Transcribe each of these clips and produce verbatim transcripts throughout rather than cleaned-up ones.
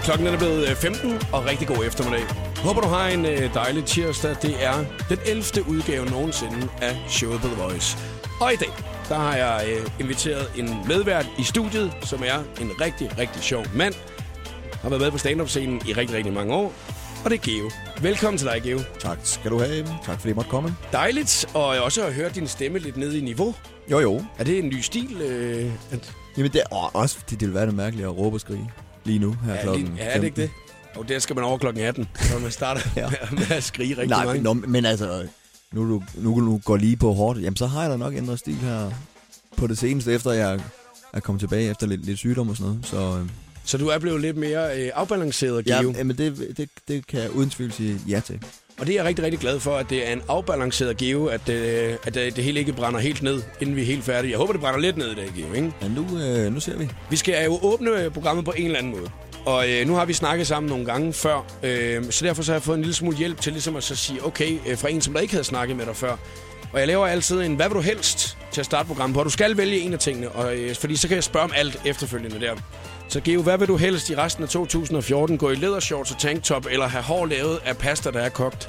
Klokken er blevet femten, og rigtig god eftermiddag. Håber, du har en dejlig tirsdag. Det er den ellevte udgave nogensinde af showet på The Voice. Og i dag, der har jeg øh, inviteret en medvært i studiet, som er en rigtig, rigtig sjov mand. Har været med på stand-up-scenen i rigtig, rigtig mange år. Og det er Geo. Velkommen til dig, Geo. Tak skal du have. Tak fordi jeg måtte komme. Dejligt, og jeg også har hørt din stemme lidt nede i niveau. Jo, jo. Er det en ny stil? Øh, at... Jamen, det er åh, også fordi det vil være det mærkeligt at råbe og skrige lige nu her ja, klokken lige, ja, er det ikke det? Og der skal man over klokken atten, når man starter ja. med at skrige rigtig Nej, mange. Nej, men altså, nu du nu, nu går lige på hårdt. Jamen, så har jeg da nok ændret stil her på det seneste, efter jeg er kommet tilbage efter lidt, lidt sygdom og sådan noget. Så, øh... så du er blevet lidt mere øh, afbalanceret, Geo? Ja, men det, det, det kan jeg uden tvivl sige ja til. Og det er jeg rigtig, rigtig glad for, at det er en afbalanceret Geo, at, øh, at det, det hele ikke brænder helt ned, inden vi er helt færdige. Jeg håber, det brænder lidt ned i dag, Geo, ikke? Ja, nu, øh, nu ser vi. Vi skal jo åbne programmet på en eller anden måde. Og øh, nu har vi snakket sammen nogle gange før, øh, så derfor så har jeg fået en lille smule hjælp til ligesom at så sige, okay, øh, fra en, som der ikke havde snakket med dig før. Og jeg laver altid en, hvad vil du helst til at starte programmet på? Og du skal vælge en af tingene, og, øh, fordi så kan jeg spørge om alt efterfølgende der. Så Geo, hvad vil du helst i resten af to tusind og fjorten? Gå i lædershorts og tanktop, eller have hår lavet af pasta, der er kogt?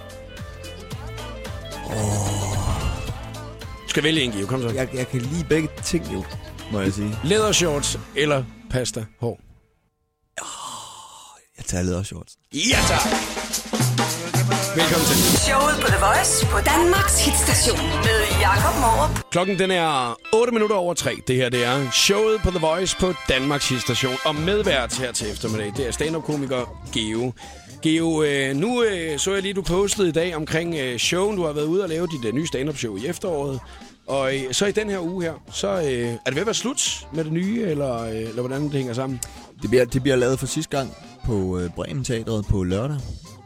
Oh. Du skal vælge en, Geo. Kom så. Jeg, jeg kan lide begge ting, jo, må jeg sige. Lædershorts eller pasta hår? Oh, jeg tager lædershorts. Ja, tak! Velkommen til. Showet på The Voice på Danmarks hitstation med Jakob Morup. Klokken den er otte minutter over tre. Det her det er showet på The Voice på Danmarks hitstation. Og medvært her til eftermiddag, det er stand-up-komiker Geo. Geo, øh, nu øh, så jeg lige, du postede i dag omkring øh, showen. Du har været ude og lave dit øh, nye stand-up-show i efteråret. Og øh, så i den her uge her, så øh, er det ved at være slut med det nye, eller, øh, eller hvordan det hænger sammen? Det bliver, det bliver lavet for sidste gang på øh, Bremen Teatret på lørdag.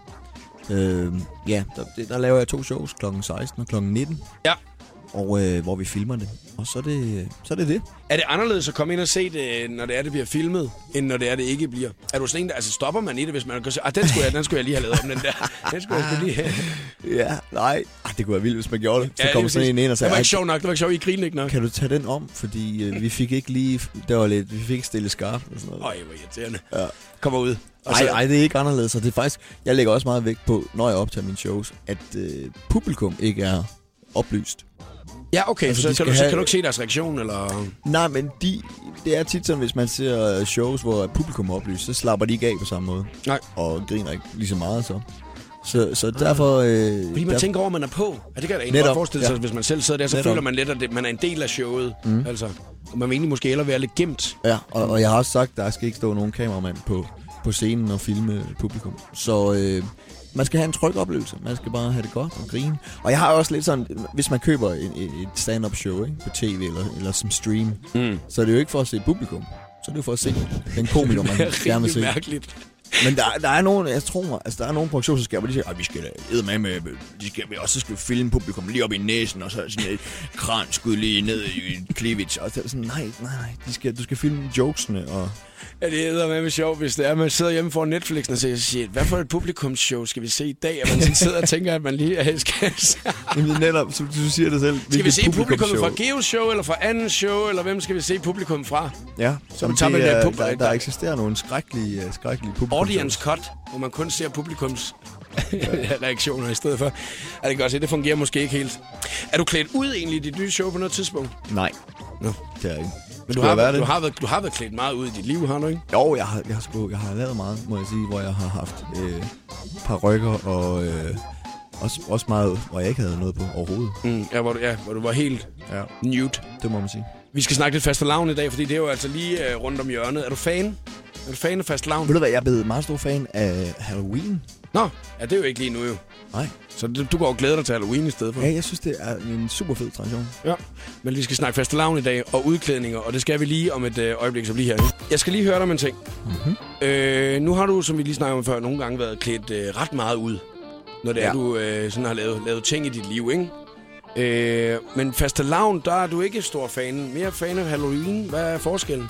Øh, ja, der, der laver jeg to shows klokken seksten og klokken nitten. Ja. Og øh, hvor vi filmer det. Og så er det, så er det det. Er det anderledes at komme ind og se det, når det er, det bliver filmet, end når det er, det ikke bliver? Er du sådan en, der, altså stopper man i det, hvis man kan sige, ah, den skulle jeg, den skulle jeg lige have lavet om, den der. Den skulle jeg lige have. Ja, nej. Ej, det kunne være vildt, hvis man gjorde det. Så ja, kommer sådan en ind og sagde, det var ikke sjovt nok, det var ikke sjovt, I griner ikke nok. Kan du tage den om? Fordi øh, vi fik ikke lige, der var lidt, vi fik ikke stille skarpt og sådan noget. Øj, hvor irriterende. Ja. Kommer ud. Nej, nej, det er ikke anderledes. Og det er faktisk, jeg lægger også meget vægt på, når jeg optager mine shows, at øh, publikum ikke er oplyst. Ja, okay, altså, så, så, kan du, have... så kan du ikke se deres reaktion, eller? Nej, men de, det er tit sådan, hvis man ser shows, hvor publikum er oplyst, så slapper de ikke af på samme måde. Nej. Og griner ikke lige så meget, så. Så, så derfor... Øh, Fordi man der... tænker over, at man er på. Ja, det kan da egentlig godt forestille sig, ja. Hvis man selv sidder der, så Netop. føler man lidt, at man er en del af showet. Mm. Altså, og man vil egentlig måske hellere være lidt gemt. Ja, og, og jeg har også sagt, at der skal ikke stå nogen kameramand på, på scenen og filme publikum. Så... Øh, man skal have en tryg oplevelse. Man skal bare have det godt og grine. Og jeg har også lidt sådan, hvis man køber et, et stand-up show, ikke, på tv eller, eller som stream, mm. så er det jo ikke for at se publikum. Så er det jo for at se den komiker, man gerne vil se. Mærkeligt. Men der, der er nogen, jeg tror mig, altså der er nogle produktionsselskaber, hvor de siger, at vi skal æde med med, de skal, og så skal vi filme publikum lige op i næsen, og så sådan et kranskud lige ned i cleavage, og så sådan, nej, nej, nej, de skal, du skal filme jokesene, og... Ja, det er med med sjov, hvis det er, man sidder hjemme foran Netflix og siger, shit, hvad for et publikumsshow skal vi se i dag? Og man sådan sidder og tænker, at man lige er skal... Jamen netop, så du siger det selv. Skal vi se publikummet fra Geos show, eller fra anden show, eller hvem skal vi se publikum fra? Ja, så tager man er, publikum. Der, der eksisterer nogle skrækkelige, skrækkelige publikum. Audience cut, hvor man kun ser publikums reaktioner i stedet for. Er det godt se, det fungerer måske ikke helt. Er du klædt ud egentlig i dit nye show på noget tidspunkt? Nej, no. det er ikke. Men du har, været, du, har været, du har været klædt meget ud i dit liv, har du ikke? Jo, jeg har, jeg har, sgu, jeg har lavet meget, må jeg sige, hvor jeg har haft øh, parrykker og øh, også, også meget, hvor jeg ikke havde noget på overhovedet. Mm, ja, hvor du, ja, hvor du var helt ja. nude. Det må man sige. Vi skal snakke lidt fastelavn i dag, fordi det er jo altså lige øh, rundt om hjørnet. Er du fan? Er du fan af fastelavn? Ved du hvad, jeg er blevet meget stor fan af Halloween. Nå, ja, det er jo ikke lige nu jo. Nej. Så du, du går og glæder dig til Halloween i stedet for? Ja, jeg synes, det er en super fed tradition. Ja, men vi skal snakke fastelavn i dag, og udklædninger, og det skal vi lige om et øh, øjeblik, så lige her. Jeg skal lige høre dig om en ting. Mm-hmm. Øh, nu har du, som vi lige snakkede om før, nogle gange været klædt øh, ret meget ud, når det ja. er, du øh, sådan har lavet, lavet ting i dit liv, ikke? Øh, men fastelavn, der er du ikke stor fan. Mere fan af Halloween. Hvad er forskellen?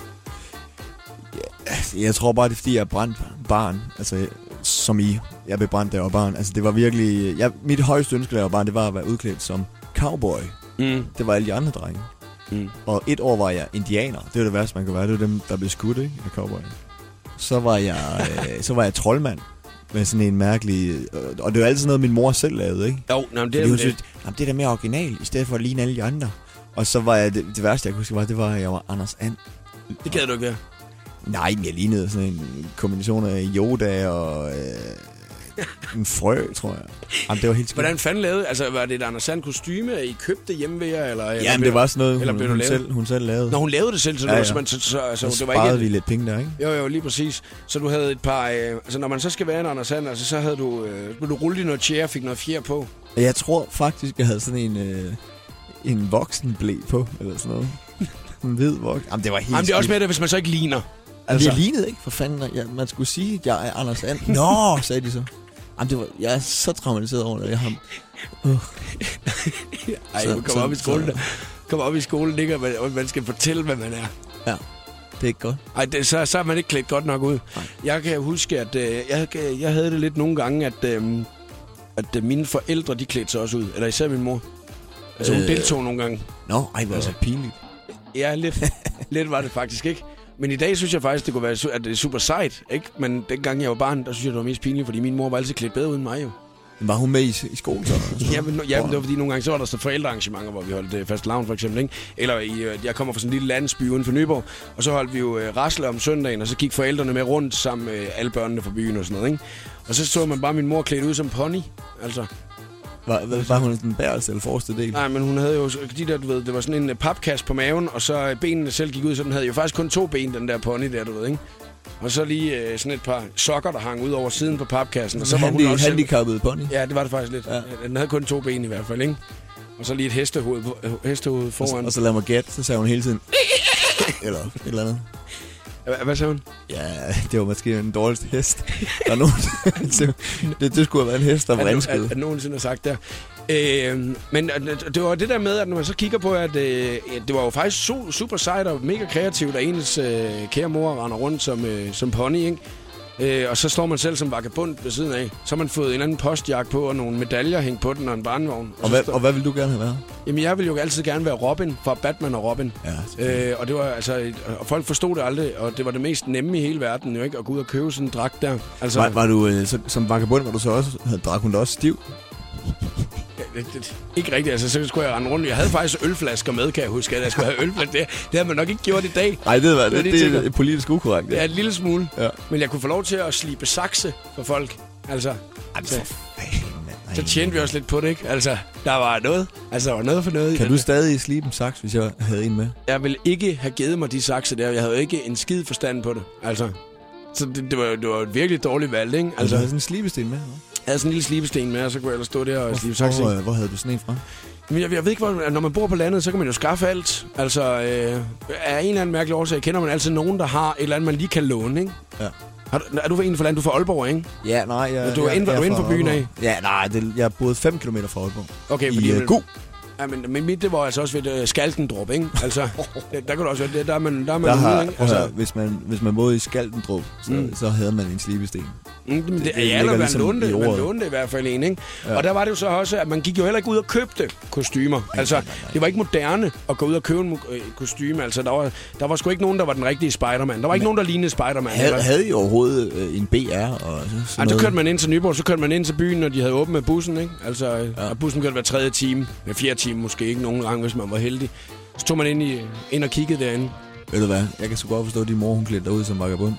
Ja, jeg tror bare, det er, fordi jeg er brændt barn. Altså, som I. Jeg blev brændt, da jeg var barn. Altså, det var virkelig... Jeg, mit højeste ønske, da jeg var barn, det var at være udklædt som cowboy. Mm. Det var alle de andre drenge. Mm. Og et år var jeg indianer. Det var det værste, man kunne være. Det var dem, der blev skudt, ikke? Af cowboy. så var jeg, øh, så var jeg troldmand. Med sådan en mærkelig... Og det var altid noget, min mor selv lavede, ikke? Jo, nej, det er det. det. Synes, det er da mere original, i stedet for at ligne alle de andre. Og så var jeg... Det, det værste, jeg kunne huske, var, det var, at jeg var Anders And. Det gad du ikke være. Nej, men jeg lignede sådan en kombination af Yoda og... Øh, en frø, tror jeg. Jamen, det var helt skidt. Hvordan fanden lavede... Altså, var det et Anders And kostyme, I købte hjemme ved jer? Eller, eller Jamen, det var sådan noget, eller hun, hun, selv, hun selv lavede. Nå, hun lavede det selv, så, ja, ja, ja. så, man, så, så, så, så så det var ikke... vi lidt penge der, ikke? Jo, jo, lige præcis. Så du havde et par... Øh, altså, når man så skal være en Anders And, altså, så havde du... Øh, blev du rullet i noget tjære og fik noget fjer på. Jeg tror faktisk, jeg havde sådan en... Øh, en voksenblæ på, eller sådan noget. En hvid voksen. Jamen, det var helt... Jamen, det er også med det, hvis man så ikke ligner. Altså, jeg lignede ikke, for fanden. Jeg, man skulle sige, at jeg er Anders And. Nå, sagde de så. Jamen, det var, jeg er så traumatiseret over det. Jeg har... Uh. Ej, så, kom op i skolen. Kom op i skolen, ikke? Og man skal fortælle, hvad man er. Ja, det er ikke godt. Ej, det, så, så er man ikke klædt godt nok ud. Nej. Jeg kan huske, at øh, jeg, jeg havde det lidt nogle gange, at, øh, at øh, mine forældre, de klædte sig også ud. Eller især min mor. Altså, hun øh, deltog nogle gange. Nå, ej, hvor altså, pinligt. Ja, lidt. lidt var det faktisk, ikke? Men i dag synes jeg faktisk, det kunne være, at det er super sejt, ikke? Men dengang jeg var barn, der synes jeg, det var mest pinligt, fordi min mor var altid klædt bedre uden mig, jo. Var hun med i, i skolen så? ja, men, ja, men det var fordi, nogle gange så var der så forældrearrangementer, hvor vi holdt uh, fastelavn for eksempel, ikke? Eller i, uh, jeg kommer fra sådan en lille landsby uden for Nyborg, og så holdt vi jo uh, rasle om søndagen, og så gik forældrene med rundt sammen med uh, alle børnene fra byen og sådan noget, ikke? Og så så man bare min mor klædt ud som pony, altså. Var, var hun den bæreste eller forreste del? Nej, men hun havde jo de der, du ved, det var sådan en uh, papkasse på maven, og så uh, benene selv gik ud, så den havde jo faktisk kun to ben, den der pony der, du ved, ikke? Og så lige øh, sådan et par sokker, der hang ud over siden på papkassen. Og så var Handi, hun også handicappet pony? Ja, det var det faktisk lidt. Ja. Den havde kun to ben i hvert fald, ikke? Og så lige et hestehoved, hestehoved foran. Og, og så lad mig gætte, så sagde hun hele tiden... eller et eller andet. H- hvad sagde hun? Ja, det var måske den dårligste hest. Der er nogen, det, det skulle have været en hest, der var vrænskede. At, at nogensinde har sagt der. Øh, men det var det der med, at når man så kigger på, at øh, det var jo faktisk su- super sejt og mega kreativt, at ens øh, kære mor render rundt som, øh, som pony, ikke? Øh, og så står man selv som vagabond ved siden af. Så har man fået en eller anden postjakke på og nogle medaljer hængt på den og en barnevogn. Og, og, hvad, står... og hvad vil du gerne have været? Jamen, jeg ville jo altid gerne være Robin fra Batman og Robin. Ja, øh, og det var altså, og folk forstod det aldrig, og det var det mest nemme i hele verden, jo ikke? At gå ud og købe sådan en dragt der. Altså, var, var du øh, så, som vagabond, var du så også, drak hun da også stiv? Det, det, ikke rigtigt, altså så skulle jeg rende rundt. Jeg havde faktisk ølflasker med, kan jeg huske, at jeg skulle have ølflasker. Det, det havde man nok ikke gjort i dag. Nej, det, var, det, det, det er politisk ukorrekt. Ja, ja, en lille smule. Ja. Men jeg kunne få lov til at slibe sakse for folk. Altså, altså så tjente vi også lidt på det, ikke? Altså, der var noget. Altså, der var noget for noget. Kan du stadig slibe en saks, hvis jeg havde en med? Jeg ville ikke have givet mig de sakse der. Jeg havde ikke en skid forstand på det. Altså, så det, det, var, det var et virkelig dårligt valg, ikke? Altså, altså, du havde sådan en slibesten med? Jeg havde sådan en lille slibesten med, og så kunne jeg ellers stå der og slibe sakse. Hvor, hvor havde du sådan en fra? Men jeg, jeg ved ikke, hvor, når man bor på landet, så kan man jo skaffe alt. Altså, øh, af en eller anden mærkelig årsag kender man altid nogen, der har et eller andet, man lige kan låne, ikke? Ja. Har du, er du en fra landet? Du er fra Aalborg, ikke? Ja, nej. Jeg, du er inden for, for byen af? Ja, nej, det, jeg boede fem kilometer fra Aalborg. Okay, I fordi... uh, God. Ja, men, men mit, det var altså også ved uh, Skalkendrup, ikke? Altså, der, der kan du også være, der, der er man, der er man der har, ude, ikke? Altså, hør, hvis, man, hvis man boede i Skalkendrup, så, mm. så havde man en slibesten. Mm, det, det, det, ja, eller man ligesom lånte, man lånte i hvert fald en, ikke? Ja. Og der var det jo så også, at man gik jo heller ikke ud og købte kostymer. Ej, altså, nej, nej, nej. Det var ikke moderne at gå ud og købe en kostyme. Altså, der var, der var sgu ikke nogen, der var den rigtige Spider-Man. Der var ikke men, nogen, der lignede Spider-Man. Havde, havde I overhovedet øh, en B R? Og sådan Ej, så kørte man ind til Nyborg, så kørte man ind til byen, når de havde åbent med bussen, ikke? Altså, ja. Bussen kørte hver tredje time, hver fjerde time måske ikke nogen gang, hvis man var heldig. Så tog man ind, i, ind og kiggede derinde. Ved du hvad? Jeg kan så godt forstå, at din mor, hun klædte derud som vagabond.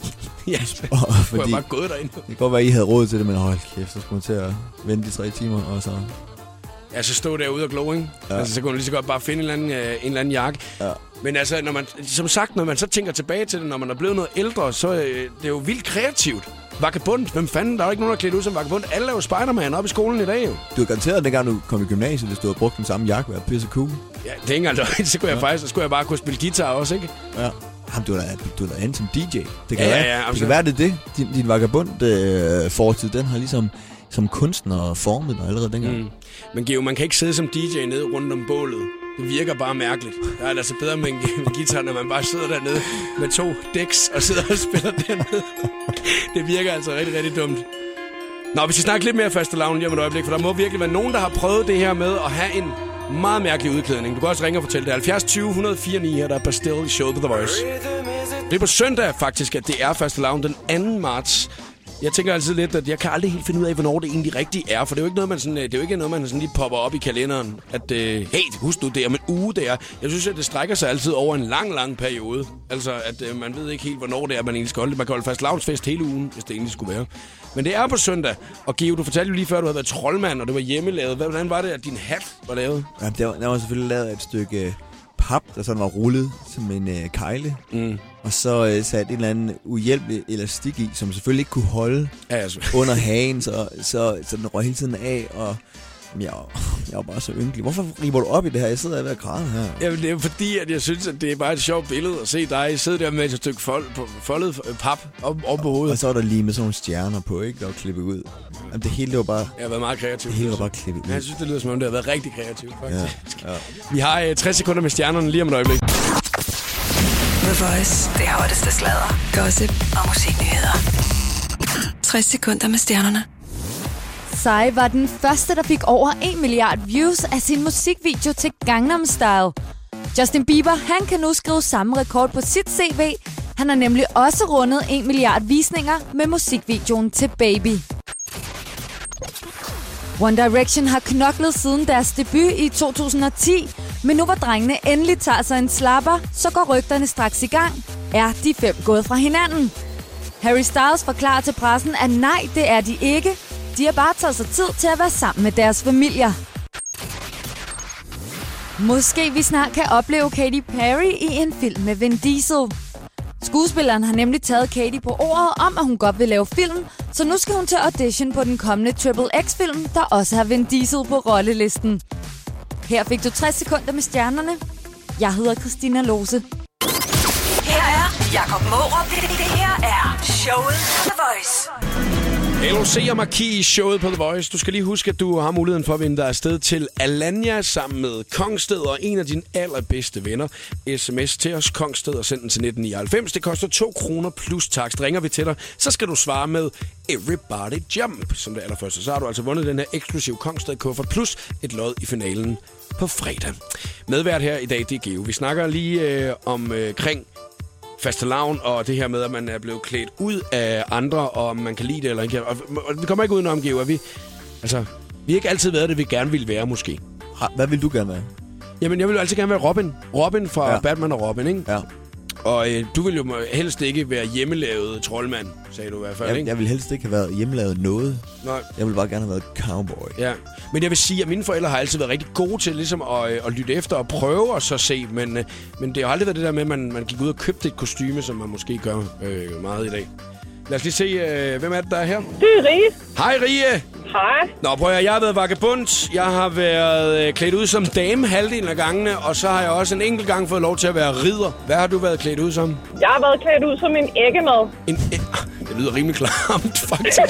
Ja, og fordi jeg bare gået derinde. Det kan godt være, at I havde råd til det, men hold kæft, så skulle man til at vente de tre timer, og så... Ja, så stod derude og glo, ikke? Ja. Altså, så kunne man lige så godt bare finde en eller anden, øh, en eller anden jakke. Ja. Men altså, når man, som sagt, når man så tænker tilbage til det, når man er blevet noget ældre, så øh, det er jo vildt kreativt. Vagabond, hvem fanden? Der er jo ikke nogen, der klædt ud som vagabond. Alle er jo Spider-Man oppe i skolen i dag, jo. Du er garanteret, dengang du kom i gymnasiet, hvis du havde brugt den samme jakke, var pisse cool. Ja, det er ikke engang så kunne jeg ja. faktisk, så skulle jeg bare kunne spille guitar også, ikke? Ja. Jamen, du er da, du er da an som D J. Det kan, ja, være, ja, ja, det kan være, det er det. Din, din vagabond øh, fortid, den har ligesom som kunstner formet dig allerede dengang. Mm. Men Geo, man kan ikke sidde som D J nede rundt om bålet. Det virker bare mærkeligt. Der er altså bedre med en guitar, når man bare sidder dernede med to decks og sidder og spiller dernede. Det virker altså rigtig, rigtig dumt. Nå, vi skal snakke lidt mere fastelavn lige om et øjeblik, for der må virkelig være nogen, der har prøvet det her med at have en Meget mærkelig udklædning. Du kan også ringe og fortælle det. halvfjerds tyve et nul fire ni her, der er Bastille i showet på The Voice. Det er på søndag faktisk, at det er fastelavn den anden marts. Jeg tænker altid lidt, at jeg kan aldrig helt finde ud af, hvornår det egentlig rigtigt er. For det er jo ikke noget, man, sådan, det er jo ikke noget, man sådan lige popper op i kalenderen. At, øh, hey, husk nu, det er om en uge, det er. Jeg synes, at det strækker sig altid over en lang, lang periode. Altså, at øh, man ved ikke helt, hvornår det er, man egentlig skal holde det. Man kan holde fastelavnsfest hele ugen, hvis det egentlig skulle være. Men det er på søndag. Og Geo, du fortalte jo lige før, du havde været troldmand, og det var hjemmelavet. Hvordan var det, at din hat var lavet? Ja, der, var, der var selvfølgelig lavet et stykke pap, der sådan var rullet som en øh, kejle. Mm. Og så øh, sat en eller anden uhjælpelig elastik i, som selvfølgelig ikke kunne holde ja, altså. under hagen, så, så, så den røg hele tiden af, og jeg, jeg var bare så ynkelig. Hvorfor riber du op i det her? Jeg sidder ved at græde her. Jamen, det er jo fordi, at jeg synes, at det er bare et sjovt billede at se dig sidde der med et stykke fold, foldet pap op, op på hovedet. Og så var der lige med sådan nogle stjerner på, ikke? Der var klippet ud. Jamen, det hele det var bare... Jeg har været meget kreativ. Det hele var bare klippet ud. Jeg synes, det lyder som om, det har været rigtig kreativt, faktisk. Ja, ja. Vi har øh, tres sekunder med stjernerne lige om et øjeblik. The Voice. Det hotteste sladder, gossip og musiknyheder. tres sekunder med stjernerne. Psy var den første, der fik over en milliard views af sin musikvideo til Gangnam Style. Justin Bieber, han kan nu skrive samme rekord på sit C V. Han har nemlig også rundet en milliard visninger med musikvideoen til Baby. One Direction har knoklet siden deres debut i to tusind og ti, men nu hvor drengene endelig tager sig en slapper, så går rygterne straks i gang. Er de fem gået fra hinanden? Harry Styles forklarer til pressen, at nej, det er de ikke. De har bare taget sig tid til at være sammen med deres familier. Måske vi snart kan opleve Katy Perry i en film med Vin Diesel. Skuespilleren har nemlig taget Katy på ordet om, at hun godt vil lave film, så nu skal hun til audition på den kommende Triple X-film, der også har Vin Diesel på rollelisten. Her fik du tres sekunder med stjernerne. Jeg hedder Christina Lose. Her er Jakob Mårup. Det her er showet The Voice. L O C og Marquis i showet på The Voice. Du skal lige huske, at du har muligheden for at vinde dig afsted til Alanya sammen med Kongsted og en af dine allerbedste venner. Sms til os, Kongsted, og send den til nitten nioghalvfems. Det koster to kroner plus takst. Ringer vi til dig, så skal du svare med Everybody Jump som det allerførste. Så har du altså vundet den her eksklusiv Kongsted-kuffert plus et lod i finalen på fredag. Medvært her i dag, det er Geo. Vi snakker lige øh, om øh, kring fastelavn og det her med, at man er blevet klædt ud af andre, og om man kan lide det eller ikke. Og vi kommer ikke udenom, Geo, at vi... Altså, vi har ikke altid været det, vi gerne ville være, måske. Hvad vil du gerne være? Jamen, jeg vil altid gerne være Robin. Robin fra ja. Batman og Robin, ikke? Ja. Og øh, du vil jo helst ikke være hjemmelavet troldmand, sagde du i hvert fald, jeg, ikke? Jeg vil helst ikke have været hjemmelavet noget. Nej. Jeg vil bare gerne have været cowboy. Ja, men jeg vil sige, at mine forældre har altid været rigtig gode til ligesom at, øh, at lytte efter og prøve og så se. Men, øh, men det har aldrig været det der med, at man, man gik ud og købte et kostyme, som man måske gør øh, meget i dag. Lad os lige se, øh, hvem er det, der er her? Det er Rie. Hej, Rie. Hej. Nå, prøv at jeg har været vagabund. Jeg har været øh, klædt ud som dame halvdelen af gangene, og så har jeg også en enkelt gang fået lov til at være ridder. Hvad har du været klædt ud som? Jeg har været klædt ud som en æggemad. En æ- Det lyder rimelig klamt, faktisk.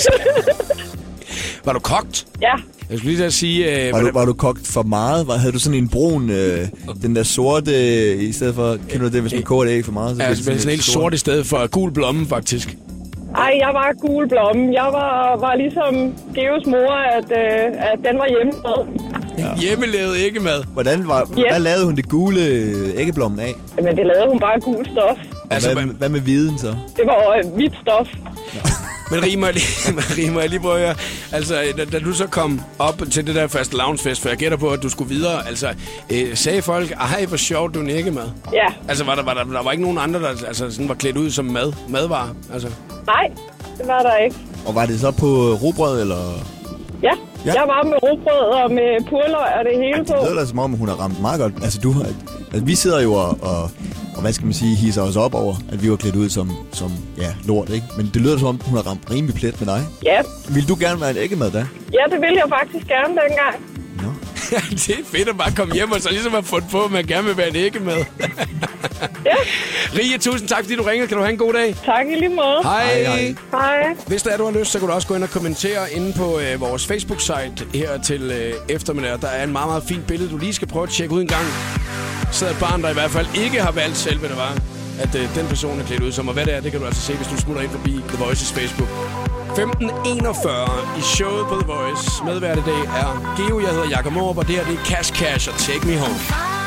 Var du kogt? Ja. Jeg skulle lige da sige... Øh, var, du, var du kogt for meget? Var, havde du sådan en brun, øh, den der sorte, øh, i stedet for... Kender du det, hvis man koger det æg for meget? Så ja, det altså, sådan, sådan helt sort i stedet for gul blomme, faktisk. Ej, jeg var gul blomme. Jeg var, var ligesom Geos mor, at, øh, at den var hjemmelavet. Ja. Hjemmelavet æggemad. Hvordan var, yes. Hvad lavede hun det gule æggeblommen af? Jamen, det lavede hun bare gul stof. Altså, hvad, hvad med viden så? Det var øh, hvidt stof. Ja. Men rimer lige, rimer jeg lige på jer. Altså, da, da du så kom op til det der fastelavnsfest, for jeg gætter på, at du skulle videre, altså, øh, sagde folk, ej, hvor sjovt, du er en æggemad. Ja. Altså, var der, var der, der var ikke nogen andre, der altså, sådan var klædt ud som mad, madvarer? Altså. Nej, det var der ikke. Og var det så på rugbrød, eller...? Ja, ja. Jeg var med rugbrød og med purløg og det hele ja, det på. Det lyder da som om, hun har ramt meget godt. Altså, du har, altså, vi sidder jo og, og, og, hvad skal man sige, hisser os op over, at vi var klædt ud som, som ja, lort, ikke? Men det lyder som om, hun har ramt rimelig plet med dig. Ja. Vil du gerne være en æggemad da? Ja, det ville jeg faktisk gerne dengang. Nå. Ja, det er fedt at bare komme hjem og så ligesom have fundet på, at man gerne vil være en æggemad. Ja. Rie, tusind tak, fordi du ringede. Kan du have en god dag? Tak i lige måde. Hej. Hej. Hej. Hvis der er, du har lyst, så kan du også gå ind og kommentere inde på øh, vores Facebook-site her til øh, eftermiddag. Der er en meget, meget fint billede, du lige skal prøve at tjekke ud en gang. Så er et barn, der i hvert fald ikke har valgt selv, hvad det var, at øh, den person er klædt ud som. Og hvad det er, det kan du altså se, hvis du smutter ind forbi The Voice's Facebook. femten enogfyrre i showet på The Voice. Medvært i dag er Geo, jeg hedder Jakob Morup, og det her det er Cash Cash og Take Me Home.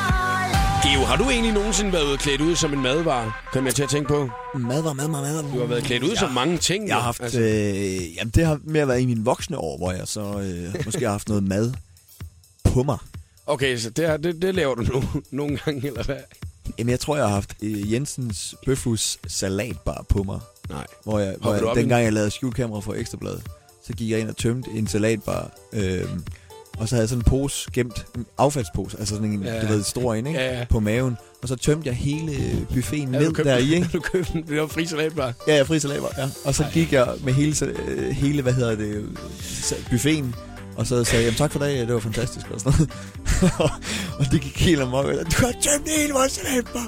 Geo, har du egentlig nogensinde været klædt ud som en madvare? Kom jeg til at tænke på. Madvare, madvare, madvare. Du har været klædt ud ja. som mange ting. Jeg har haft, altså. øh, jamen det har mere været i mine voksne år, hvor jeg så øh, måske har haft noget mad på mig. Okay, så det, det, det laver du nu nogle gange, eller hvad? Jamen jeg tror, jeg har haft øh, Jensens Bøfhus salatbar på mig. Nej. Hvor jeg, hvor jeg dengang jeg lavede skjulkamera for Ekstrabladet, så gik jeg ind og tømte en salatbar. Øh, Og så havde jeg sådan en pose gemt, en affaldspose, altså sådan en, ja. du ved, stor en, ikke? Ja, ja. På maven. Og så tømte jeg hele buffeten ja, ned der i, ikke? Du købte den, det var fri salatbar. Ja, ja, fri salatbar, ja. Og så Ej. gik jeg med hele, hele, hvad hedder det, buffeten. Og så sagde jeg, tak for dag, det var fantastisk og sådan noget. Og det gik helt amok. Du har tømt hele vores salatbar.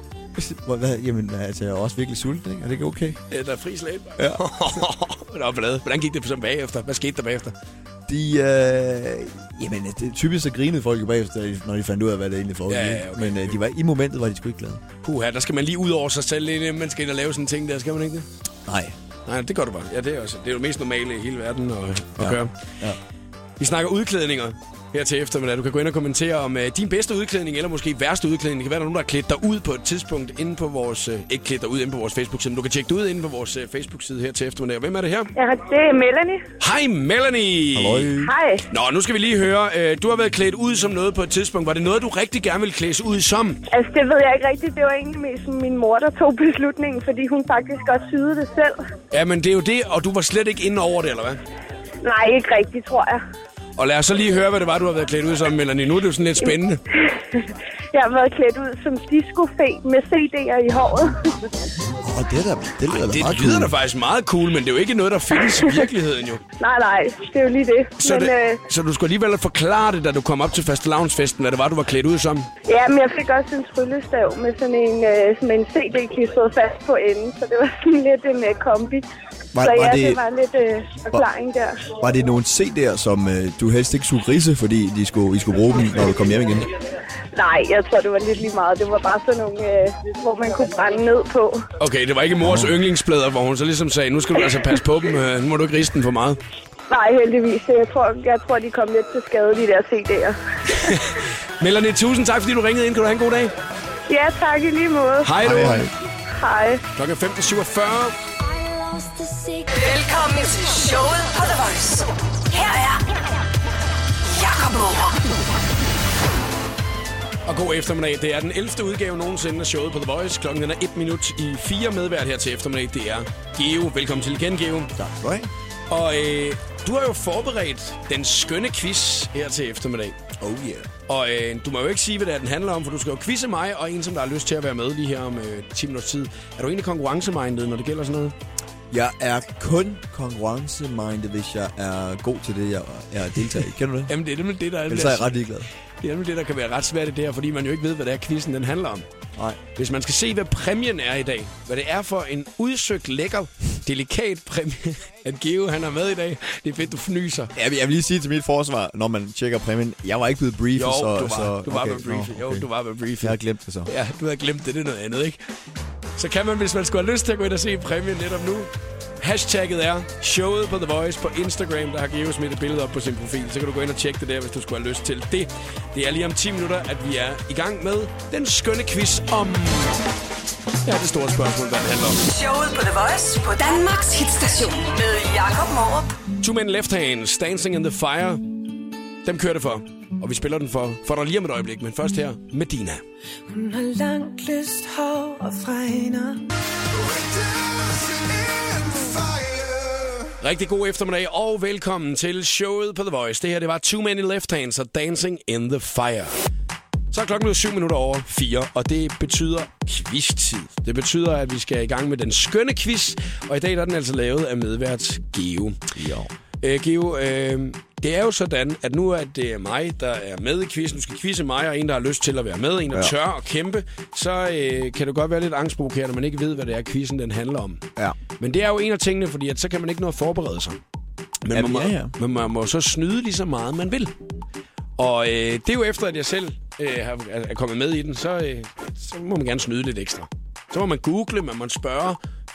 Hvad, jamen, altså, jeg er også virkelig sulten, ikke? Er det ikke okay? Ja, der er fri salatbar. Ja. Nå, blad. Hvordan gik det så bagefter? Hvad skete der bagefter? De, øh, jamen, det er typisk så grinede folk jo bagefter, når de fandt ud af, hvad det egentlig foregik. Ja, ja, okay, Men øh, de var, i momentet var de sgu ikke glade. Puha, der skal man lige ud over sig selv lidt, man skal ind og lave sådan en ting der, skal man ikke det? Nej. Nej, det gør du bare. Ja, det er, også, det er jo det mest normale i hele verden at, at ja. gøre. Ja. Vi snakker udklædninger her til eftermiddag. Du kan gå ind og kommentere om uh, din bedste udklædning, eller måske værste udklædning. Det kan være, der er nogen, der har klædt dig ud på et tidspunkt inde på vores... Uh, ikke klædt dig ud inde på vores Facebook-side, men du kan tjekke dig ud inde på vores uh, Facebook-side her til eftermiddag. Hvem er det her? Ja, det er Melanie. Hej, Melanie! Halløj. Hej. Nå, nu skal vi lige høre. Uh, du har været klædt ud som noget på et tidspunkt. Var det noget, du rigtig gerne ville klædes ud som? Altså, det ved jeg ikke rigtigt. Det var egentlig mest min mor, der tog beslutningen, fordi hun faktisk også syede det selv. Ja, men det er jo det, og du var slet ikke inde over det, eller hvad? Nej, ikke rigtigt, tror jeg. Og lad os så lige høre, hvad det var, du har været klædt ud som, Melanie. Nu er det jo sådan lidt spændende. Jeg har været klædt ud som disco-fe med C D'er i håret. Og det der, det lyder Ej, det meget lyder cool. da faktisk meget cool, men det er jo ikke noget, der findes i virkeligheden, jo. Nej, nej, det er jo lige det. Så, men, det, øh, så du skulle alligevel forklare det, da du kom op til fastelavnsfesten, hvad det var, du var klædt ud som? Ja, men jeg fik også en tryllestav med sådan en, øh, med en C D klistret fast på enden, så det var sådan lidt en uh, kombi. Var, så ja, var det, det var lidt øh, forklaring der. Var det nogle C D'er, som øh, du helst ikke skulle rise, fordi de skulle, I skulle bruge dem, når du kom hjem igen? Nej, jeg tror, det var lidt lige meget. Det var bare sådan nogle, øh, hvor man kunne brænde ned på. Okay, det var ikke mors yndlingsplader, hvor hun så ligesom sagde, nu skal du altså passe på dem, øh, nu må du ikke riste den for meget. Nej, heldigvis. Jeg tror, jeg tror de kom lidt til skade, de der C D'er. Melanie, tusind tak, fordi du ringede ind. Kan du have en god dag? Ja, tak i lige måde. Hej du. Hej, hej. Hej. Klokken femten syvogfyrre. Velkommen til showet på The Voice. Her er Jakob Morup. Og god eftermiddag. Det er den ellevte udgave nogensinde af showet på The Voice. Klokken er et minut i fire. Medvært her til eftermiddag. Det er Geo. Velkommen til igen, Geo. Tak skal du have. Og øh, du har jo forberedt den skønne quiz her til eftermiddag. Oh yeah. Og øh, du må jo ikke sige, hvad det er, den handler om, for du skal jo quizze mig, og en, som der har lyst til at være med lige her om øh, ti minutters tid. Er du egentlig konkurrencemindet, når det gælder sådan noget? Jeg er kun konkurrencemindet, hvis jeg er god til det, jeg er deltager i. Kender du det? Jamen, det er nemlig det, der er... Ellers er jeg ret ligeglad. Det er nemlig det, der kan være ret svært i det her, fordi man jo ikke ved, hvad det er, quizzen den handler om. Nej. Hvis man skal se, hvad præmien er i dag, hvad det er for en udsøgt, lækker, delikat præmie, at Geo han er med i dag, det er fedt, du fnyser. Jeg vil, jeg vil lige sige til mit forsvar, når man tjekker præmien, jeg var ikke blevet briefet, jo, så... du var, så, du var okay, med briefet. no, okay. Jo, du var med briefet. Jeg har glemt det så. Ja, du har glemt det, det er noget andet, ikke? Så kan man, hvis man skulle have lyst til at gå ind og se præmien netop nu. Hashtagget er showet på The Voice på Instagram. Der har Geo smidt et billede op på sin profil. Så kan du gå ind og tjekke det der, hvis du skulle have lyst til det. Det er lige om ti minutter, at vi er i gang med den skønne quiz om... Ja, det store spørgsmål, hvad det handler om. Showet på The Voice på Danmarks hitstation med Jakob Morup. Two Men Left Hands, Dancing in the Fire. Dem kører det for. Og vi spiller den for, for dig lige om et øjeblik. Men først her, Medina. Hun har langt lyst hår og fregner. Rigtig god eftermiddag, og velkommen til showet på The Voice. Det her, det var Too Many Left Hands og Dancing in the Fire. Så er klokken blevet syv minutter over fire, og det betyder quiz-tid. Det betyder, at vi skal i gang med den skønne quiz, og i dag der er den altså lavet af medvært Geo. Ja. Øh, Geo, øh, det er jo sådan, at nu er det mig, der er med i quizzen. Du skal quizze mig, og en, der har lyst til at være med, en, der ja. tør at kæmpe. Så øh, kan det godt være lidt angstprovokerende, når man ikke ved, hvad det er, quizzen den handler om. Ja. Men det er jo en af tingene, fordi at så kan man ikke nå at forberede sig. Men, Jamen, man, må, ja, ja. men man må så snyde lige så meget, man vil. Og øh, det er jo efter, at jeg selv øh, er kommet med i den, så, øh, så må man gerne snyde lidt ekstra. Så må man google, man må spørge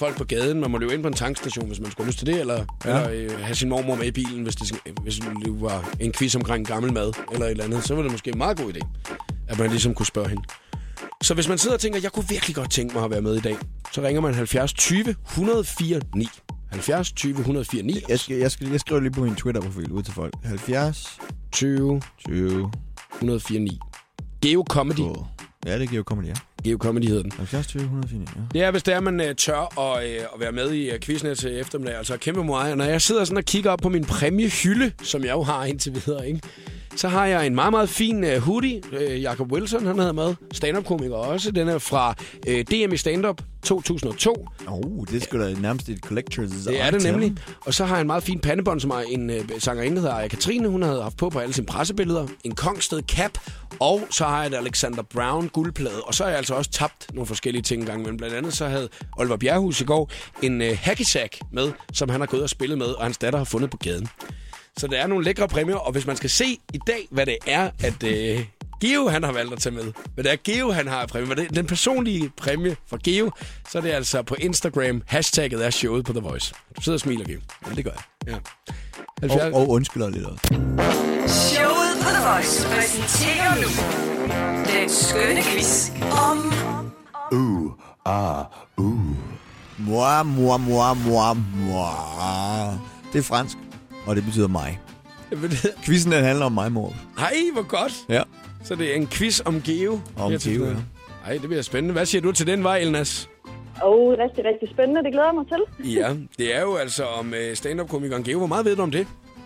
folk på gaden. Man må løbe ind på en tankstation, hvis man skulle lyst til det, eller, ja. eller øh, have sin mormor med i bilen, hvis det, hvis det var en quiz omkring gammel mad, eller et eller andet. Så var det måske en meget god idé, at man ligesom kunne spørge hende. Så hvis man sidder og tænker, jeg kunne virkelig godt tænke mig at være med i dag, så ringer man halvfjerds tyve et nul fire ni. halvfjerds tyve et nul fire ni. Jeg, skal, jeg, skal, jeg skriver lige på min Twitter-profil ud til folk. halvfjerds tyve tyve et nul fire ni. Geo Comedy. Oh. Ja, det er Geo Comedy, ja. Geo Comedy hedder den. halvfjerds tyve et nul fire ni, ja. Det er, hvis det er, man uh, tør at, uh, at være med i uh, quizzen her til eftermiddag. Altså kæmpe mig. Når jeg sidder sådan og kigger op på min præmiehylde, som jeg jo har indtil videre, ikke? Så har jeg en meget, meget fin uh, hoodie. Uh, Jacob Wilson, han havde med. Stand-up-komiker også. Den er fra uh, D M i Stand-up to tusind og to. Åh, oh, det skulle da nærmest et collector's. Det er det nemlig. Og så har jeg en meget fin pandebånd, som er en uh, sangerinde, der hedder Aya Katrine. Hun havde haft på på alle sine pressebilleder. En Kongsted cap. Og så har jeg et Alexander Brown guldplade. Og så har jeg altså også tabt nogle forskellige ting engang. Men blandt andet så havde Oliver Bjerrehus i går en uh, hacky-sack med, som han har gået og spillet med, og hans datter har fundet på gaden. Så der er nogle lækre præmier, og hvis man skal se i dag, hvad det er, at øh, Geo han har valgt at tage med, hvad det er Geo han har præmie, hvad det er den personlige præmie for Geo, så er det altså på Instagram, hashtagget er showet på The Voice. Du sidder og smiler, Geo. Ja, det gør jeg. Ja. halvfjerds Og, og undskylder lidt også. Showet på The Voice præsenterer nu den skønne quiz om... Uh, ah, uh. Moi, moi, moi, moi, moi. Det er fransk. Og det betyder mig. Quizzen den handler om mig, mor. Hej, hvor godt. Ja. Så det er en quiz om Geo. Om Geo, ja. Ej, det bliver spændende. Hvad siger du til den vej, Elnas? Åh, oh, rigtig, rigtig spændende. Det glæder jeg mig til. Ja, det er jo altså om uh, stand-up-komikeren Geo. Hvor meget ved du om det?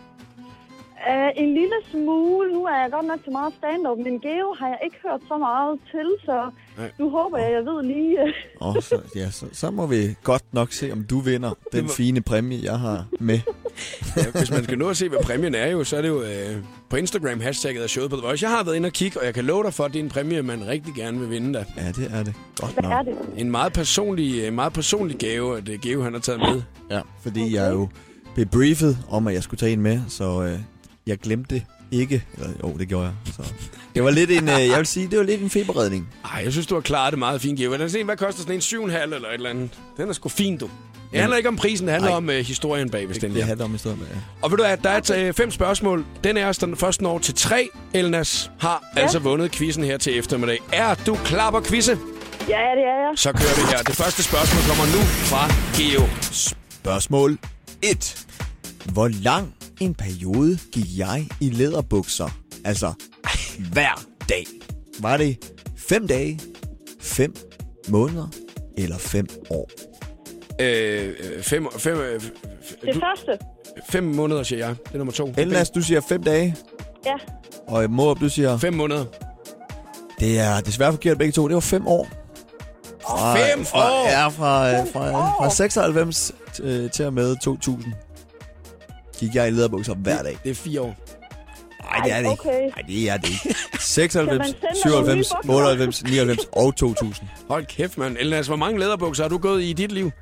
Uh, en lille smule. Nu er jeg godt nok til meget stand-up, men Geo har jeg ikke hørt så meget til, så Nej. Nu håber jeg, jeg ved lige... Uh... oh, så, ja, så, så må vi godt nok se, om du vinder den må... fine præmie, jeg har med. Ja, hvis man skal nå at se, hvad præmien er jo, så er det jo uh, på Instagram, hashtagget er showet på The Voice. Jeg har været inde og kigge, og jeg kan love dig for, at det er en præmie, man rigtig gerne vil vinde da. Ja, det er det. Godt hvad nok. er det? En meget personlig, meget personlig gave, at Geo han har taget med. Ja, fordi okay. jeg er jo blev briefet om, at jeg skulle tage en med, så... Uh... Jeg glemte det ikke. Eller, jo, det gjorde jeg. Så. Det var lidt en, jeg vil sige, det var lidt en feberredning. Ej, jeg synes, du har klaret det meget fint, Geo. Hvad koster sådan en syv komma fem eller et eller andet? Den er sgu fin, du. Det handler ikke om prisen, det handler Ej. om uh, historien bag, hvis det, den det handler om historien bag, ja. Og ved du at der er t- fem spørgsmål. Den er den første når til tre. Elnas har ja. altså vundet quizzen her til eftermiddag. Er du klar på quizze? Ja, det er jeg. Så kører vi her. Det første spørgsmål kommer nu fra Geo. Spørgsmål et. Hvor lang en periode gik jeg i læderbukser? Altså, hver dag. Var det fem dage, fem måneder eller fem år? Øh, fem... fem øh, det du, første. Fem måneder, siger jeg. Det er nummer to. Elnas, du siger fem dage. Ja. Og Morup, du siger... Fem måneder. Det er desværre forkert begge to. Det var fem år. Fra, fem fra, år? Ja, fra, fra, fra seksoghalvfems til, til og med to tusind. Gik jeg i læderbukser hver dag. Det er fire år. Nej, det er det ikke. Okay. Nej, det er det ikke. seksoghalvfems, syvoghalvfems, otteoghalvfems, nioghalvfems og to tusind. Hold kæft, mand. Elnas, hvor mange læderbukser har du gået i dit liv?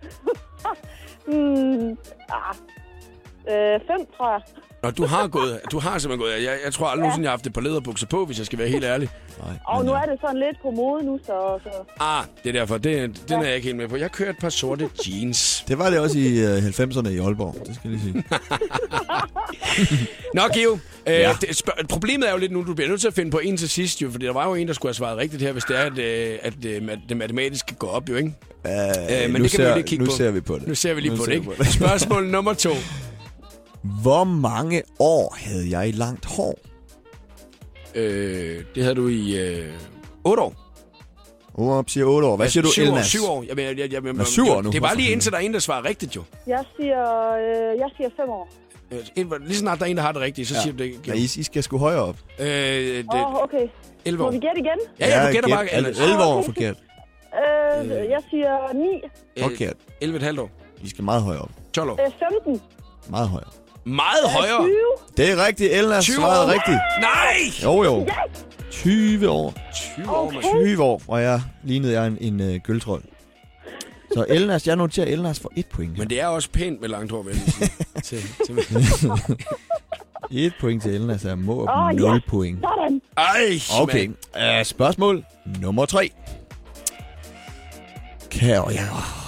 hmm, ah, øh, fem, tror jeg. Nå, du har gået. Du har simpelthen gået. Jeg, jeg tror aldrig, ja. nogensinde, jeg har haft et par læderbukser på, hvis jeg skal være helt ærlig. Nej, og nu er det sådan lidt på mode nu, så... så. Ah, det er derfor. Det, den er jeg ikke helt med på. Jeg kører et par sorte jeans. Det var det også i uh, halvfemserne i Aalborg, det skal jeg lige sige. Nå, Geo. Ja. Øh, det, spørg- problemet er jo lidt nu, du bliver nødt til at finde på en til sidst, jo, fordi der var jo en, der skulle have svaret rigtigt her, hvis det er, at, øh, at øh, det matematiske går op, jo, ikke? Uh, øh, men nu det kan ser, vi jo lige kigge nu på. ser vi på det. Nu ser vi lige nu på det, ikke? På det. Spørgsmål nummer to. Hvor mange år havde jeg i langt hår? Øh, det havde du i øh, otte år. Morup siger otte år. Hvad siger du, syv år, Elnas? syv år. Jeg, jeg, jeg, jeg, jeg, Nå, syv år nu. Det er bare lige indtil der er en, der svarer rigtigt, jo. Jeg siger, øh, jeg siger fem år. Øh, lige snart der er en, der har det rigtigt, så ja. siger du det. Ja, I, I skal sgu højere op. Øh, det, Åh, oh, okay. elleve år. Må vi gætte igen? Ja, ja, du gætter gæt, bare. elleve, elleve år er forkert. Øh, jeg siger ni. Forkert. elleve og et halvt år. I skal meget højere op. tolv år. Øh, femten. Meget højere. Meget højere. tyve. Det er rigtigt. Elnas svarede rigtigt. Nej! Jo, jo. tyve år. tyve år, Okay. tyve år, og jeg lignede jeg en, en uh, gøltrold. Så Elnas, jeg noterer Elnas for et point. Men det er også pænt med langt hår, vil jeg sige. til, til et point til Elnas er må Åh, nul ja. point. Sådan. Ej, Okay, uh, spørgsmål nummer tre. Kan jeg...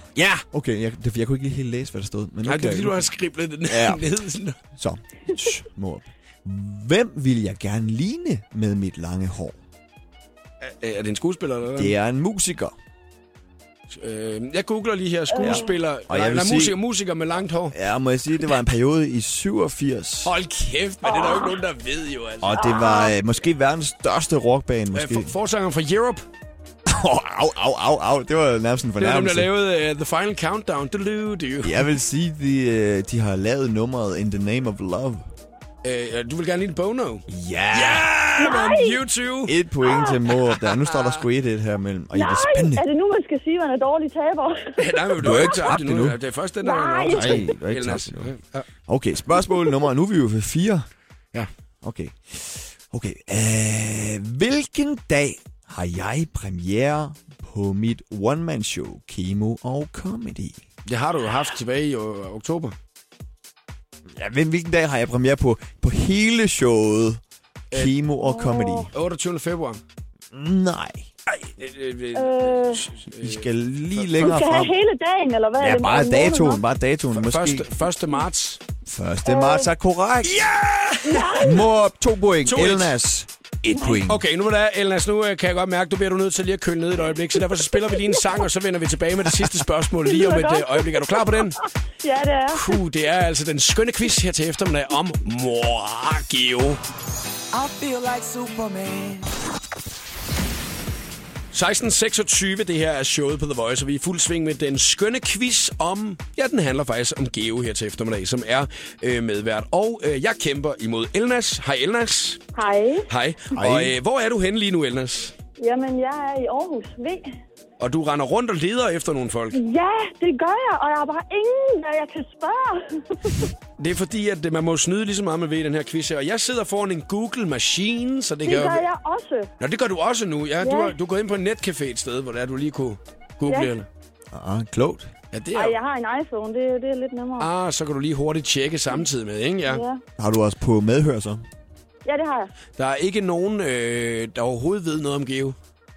Ja! Okay, jeg, det, jeg kunne ikke lige helt læse, hvad der stod. Men Nej, okay, det er fordi, du har skriblet den ja. ned. Så, shh, mor. Hvem vil jeg gerne ligne med mit lange hår? Er, er det en skuespiller, eller hvad? Det er en musiker. Øh, jeg googler lige her skuespiller. Og jeg vil nej, sige- musiker, musiker med langt hår. Ja, må jeg sige, det var en periode i syvogfirs. Hold kæft, men det er der jo ikke nogen, der ved jo, altså. Og det var øh, måske verdens største rockband, måske. Øh, for, forsangeren fra Europe. Au, au, au, au, au. Det var nærmest en Det er dem, der fornærmelse. lavede uh, The Final Countdown. Du, du. Jeg vil sige, de, øh, de har lavet nummeret In the Name of Love. Uh, du vil gerne lide Bono. Ja! Ja, man, YouTube. Et point til Morup der. Nu står der sgu et et her mellem. Og det er spændende. er det nu, man skal sige, at man er dårlig taber? Nej, men du har ikke tabt endnu. Det er først den, der Nej. er Nej, du har ikke tabt endnu. Ja. Okay, spørgsmål nummer. Nu er vi jo ved fire. Ja. Okay. Okay. Øh, hvilken dag har jeg premiere på mit one-man-show, Kemo og Comedy? Det har du jo haft tilbage i uh, oktober. Ja, hvil- hvilken dag har jeg premiere på, på hele showet, Kemo og Comedy? otteogtyvende februar. Nej. Ej, øh, øh, Øh, Vi skal lige du længere skal have frem. hele dagen, eller hvad? er Ja, det, bare en måned datoen, nok? bare datoen. Måske første, første marts. første marts er korrekt. Ja! Morup, to point. To et. Elnas, et point. Okay, nu er der, Elnas, nu øh, kan jeg godt mærke, du bliver du nødt til lige at køle ned et øjeblik. Så derfor så spiller vi lige en sang, og så vender vi tilbage med det sidste spørgsmål lige om et øh, øjeblik. Er du klar på den? Ja, det er. Puh, det er altså den skønne quiz her til eftermiddag om Moragio. I feel like Superman. seksten seksogtyve, det her er showet på The Voice, og vi er i fuld sving med den skønne quiz om... Ja, den handler faktisk om Geo her til eftermiddag, som er øh, medvært. Og øh, jeg kæmper imod Elnas. Hej Elnas. Hej. Hej. Hej. Og øh, hvor er du henne lige nu, Elnas? Jamen, jeg er i Aarhus V. Og du render rundt og leder efter nogle folk. Ja, det gør jeg, og jeg har bare ingen, der jeg kan spørge. Det er fordi, at øh, man må snyde lige så meget med ved i den her quiz her. Og jeg sidder foran en Google-maskine, så det, Det kan... gør jeg også. Nå, det gør du også nu. Ja, du, Ja. har, du er gået ind på en netcafé et sted, hvor der du lige kunne google Ja. eller... Ah, klogt. Ja, det Ej, er... jeg har en iPhone, det, det er lidt nemmere. Ah, så kan du lige hurtigt tjekke samtidig med, ikke? Ja. Ja. Har du også på medhør så? Ja, det har jeg. Der er ikke nogen, øh, der overhovedet ved noget om Geo.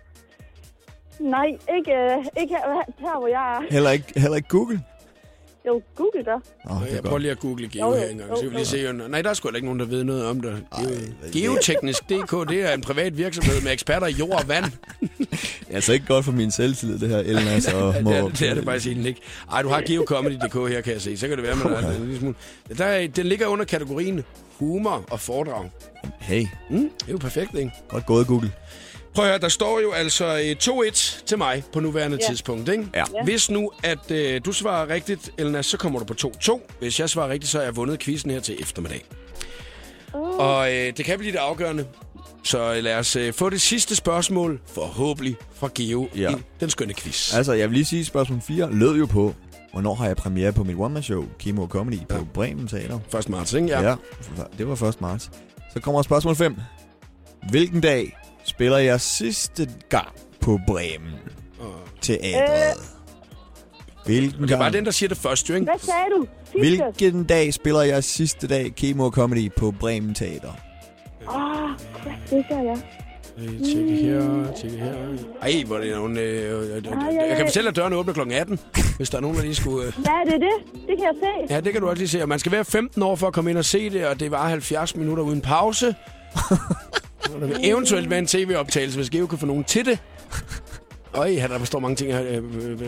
Nej, ikke, øh, ikke her, her, hvor jeg er. Heller ikke, heller ikke Google? Jo, Google gør. Oh, det er Jeg prøver godt. lige at google Geo Jo, jo, her engang, jo, så vi lige se. Nej, der er sgu da ikke nogen, der ved noget om det. Ej, hvad- Geoteknisk punktum d k, det er en privat virksomhed med eksperter i jord og vand. Det er altså ikke godt for min selvtillid, det her Elnas og Ja, det, er, Morup. det er det faktisk egentlig ikke. Ej, du har geocomedy punktum d k her, kan jeg se. Så kan det være, med der er en lille smule. Der er, den ligger under kategorien humor og foredrag. Hey, Mm, det er jo perfekt, ikke? godt gået, Google. Prøv at høre, der står jo altså øh, to et til mig på nuværende Ja. tidspunkt, ikke? Ja. Hvis nu, at øh, du svarer rigtigt, Elnas, så kommer du på to to. Hvis jeg svarer rigtigt, så har jeg vundet quizzen her til eftermiddag. Uh. Og øh, det kan blive det afgørende. Så lad os øh, få det sidste spørgsmål, forhåbentlig fra Geo, Ja. i den skønne quiz. Altså, jeg vil lige sige, spørgsmål fire lød jo på, hvornår har jeg premiere på mit one-man-show, Kemo og Comedy, på Ja. Bremen Teater. første marts, ikke? Ja. ja, det var første marts. Så kommer spørgsmål fem. Hvilken dag spiller jeg sidste gang på Bremen Teatret? Hvilken Det er bare gang? den, der siger det først, jo, ikke? Hvad sagde du? Sidste? Hvilken dag spiller jeg sidste dag Kemo og Comedy på Bremen Teater? Åh, ja, det gør jeg. Øh, Tjekke her, tjekke her. Ej, hvor er det nogen... Øh, øh, øh, ja, ja. jeg kan fortælle, at døren åbner klokken atten, hvis der er nogen, der lige skulle... Øh. Ja, det er det. Det kan jeg se. Ja, det kan du også lige se. Og man skal være femten år for at komme ind og se det, og det var halvfjerds minutter uden pause. Og der vil eventuelt være en tv-optagelse, hvis Geo kan få nogen til det. Øj, her der står mange ting her. Øh, øh, øh.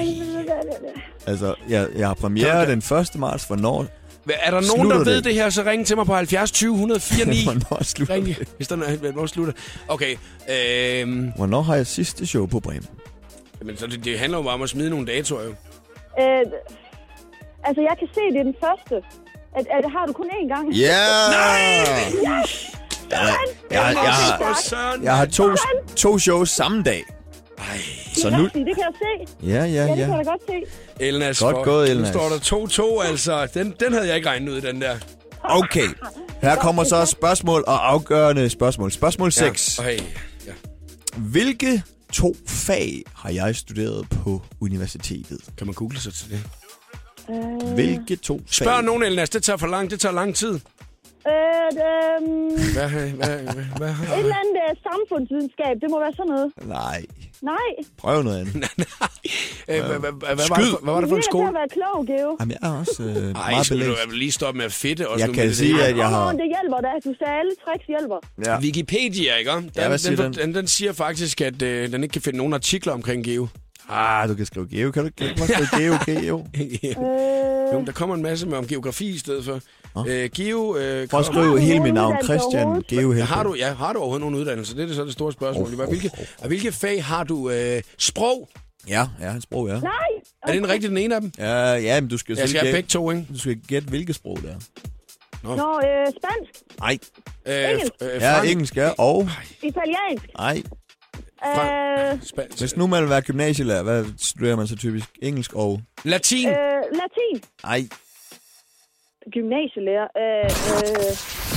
Altså, jeg, jeg har premiere den første marts. Hvornår, Hvad- Er der nogen, Slutter der ved det? det her, så ring til mig på halvfjerds tyve et hundrede fire ni. hvornår slutter Ring, det? hvis der er, hvornår slutter. Okay, øhm, Hvornår har jeg sidste show på Bremen? men så det, det handler jo bare om at smide nogle datoer, jo. Øh, altså, jeg kan se, det er den første. At, at det har du kun én gang. Ja! Nej! Jeg, jeg, jeg, jeg, har, For søren, jeg har to, to shows samme dag. Ej. Så nu... Det kan jeg se. Ja, ja, Ja, det kan ja. jeg da godt se. Elnas, Godt for- gået, Elnas. Nu står der to to, altså. Den, den havde jeg ikke regnet ud, den der. Okay. Her kommer så spørgsmål og afgørende spørgsmål. Spørgsmål seks. Ja. Okay. Ja. Hvilke to fag har jeg studeret på universitetet? Kan man google sig til det? Øh, Hvilke to fag? Spørg nogen, Elnas. Det tager for lang, det tager lang tid. øh, øhm, Hvad, hvad, hvad, hvad, hvad et eller andet samfundsvidenskab. Det må være sådan noget. Nej. Nej. Prøv noget andet. Øh, hvad- hvad- hvad var det for- Hvad var det for en Det er skole? at være klog, Geo. Jamen, jeg er også øh, Ej, meget så vil belæst. du lige stoppe med at fedte også Jeg nu kan med det sige, der. at jeg har... Det hjælper da. Du sagde, alle tricks hjælper. Ja. Wikipedia, ikke? Den, Ja, hvad siger den, den? den, den siger faktisk, at øh, den ikke kan finde nogen artikler omkring Geo. Ah, du kan skrive geo. Kan du ikke kan du skrive geo, geo? Øh, Jo, der kommer en masse med om geografi i stedet for. Nå. Øh, Geo... Øh, Prøv at kommer- skrive hele mit navn. Uddannelse Christian overhovedet. Geo Ja, Helfer. har du, ja, har du overhovedet nogen uddannelse? Det er det så det store spørgsmål. Oh, Hvilke, oh, og hvilke fag har du? Øh, sprog? Ja, ja, hans sprog, ja. nej. Er det den rigtige den ene af dem? Ja, ja, men du skal, Jeg skal have gætte, begge to, ikke? du skal gætte, hvilket sprog det er. Nå, øh, spansk. Nej. Øh, Engelsk. f- øh, Ja, fransk- engelsk, ja. Og... Italiensk. Nej. Øh, Spansk. Hvis nu man vil være gymnasielærer, hvad studerer man så typisk? Engelsk og... Latin. øh, latin. Nej. Gymnasielærer. Øh, øh.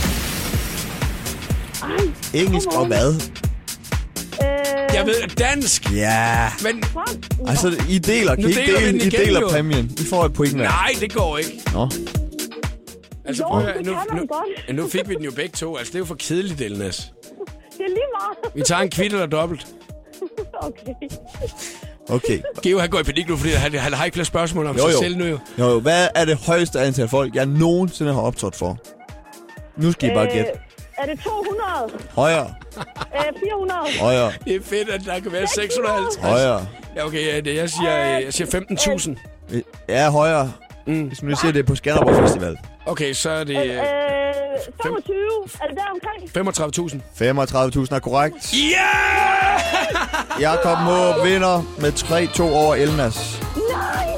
Ej, Engelsk come og on. hvad? Øh, Jeg ved dansk. Ja. Men fuck. Altså, I deler. Kan Nu I ikke deler vi dele? den I igen, deler jo. præmien. I får et point hver. nej, det går ikke. Nå. Altså, Jo, prøv at høre, det nu, kan man nu, godt. nu fik vi den jo begge to. Altså, det er jo for kedeligt, Elnas. Det er lige meget. Vi tager en kvitt eller dobbelt. Okay. Okay. Geo, han går i panik nu, fordi han, han har ikke flere spørgsmål om Jo, sig jo. selv nu jo. Jo, jo. Hvad er det højeste antal folk, jeg nogensinde har optrådt for? Nu skal I bare gætte. Er det to hundrede? Højere. Øh, fire hundrede? Højere. Det er fedt, at der kan være seks hundrede og halvtreds. Højere. Ja, okay, ja, det, jeg siger, øh, jeg siger femten tusind. Ja, højere. Mm. Hvis nu siger det er på Skanderborg Festival. Okay, så er det Øh, øh, femogtyve? Er det der omkring? femogtredive tusind. femogtredive tusind er korrekt. Ja! Jakob Måb vinder med tre to over Elnas. Nej!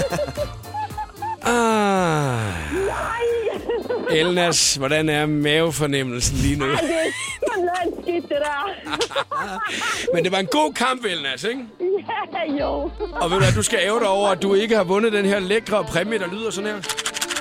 Ah. Nej! Elnas, hvordan er mavefornemmelsen lige nu? Det er sådan lidt skidt, det der. Men det var en god kamp, Elnas, ikke? Ja, jo. Og ved du hvad, du skal ære dig over, at du ikke har vundet den her lækre præmie, der lyder sådan her.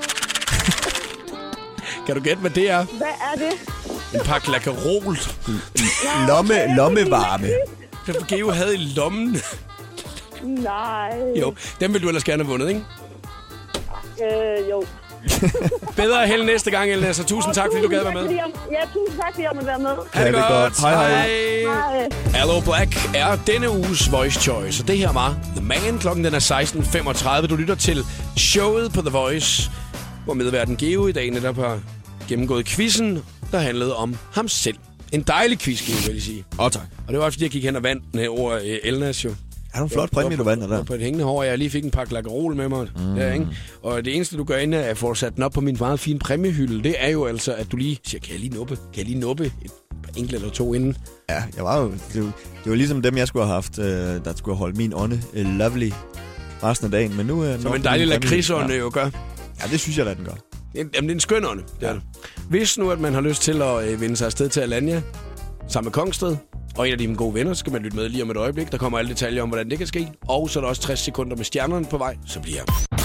Kan du gætte, hvad det er? Hvad er det? En pakke Lakkerol. Lomme, lommevarme. Det Geo havde i lommen. Nej. Jo, dem vil du ellers gerne have vundet, ikke? Øh, jo. Bedre held næste gang, Elnas, og tusind tak, fordi du gad være med. Fordi jeg- Ja, tusind tak, fordi jeg måtte være med. Ha' det det godt. godt. Hej, hej. Hej. Hello Black er denne uges Voice Choice, og det her var The Man. Klokken den er seksten femogtredive. Du lytter til showet på The Voice, hvor medverden Geo i dag netop har gennemgået quizzen, der handlede om ham selv. En dejlig quiz, Geo, vil jeg sige. Åh, oh, tak. Og det var også, fordi jeg gik hen og vandt den her over øh, Elnas jo. Er du en flot præmie, du vandt der? På et hængende hår, jeg lige fik en pakke Lakkerol med mig. Mm. Der, ikke? Og det eneste, du gør inden at få sat den op på min meget fine præmiehylde, det er jo altså, at du lige siger, kan jeg lige nuppe? Kan jeg lige nuppe et par enkelt eller to inden? Ja, jeg var jo... Det, var, det var ligesom dem, jeg skulle have haft, øh, der skulle have holdt min ånde øh, lovely resten af dagen. Men nu er Som en dejlig lakridsånde ja. jo gør. ja, det synes jeg, at den gør. Jamen, det er en skøn ånde, det er Ja. det. Hvis nu, at man har lyst til at øh, vende sig afsted til Alanya, sammen med Kongsted, og en af dine gode venner, så skal man lytte med lige om et øjeblik. Der kommer alle detaljer om, hvordan det kan ske. Og så er der også tres sekunder med stjernerne på vej. Så bliver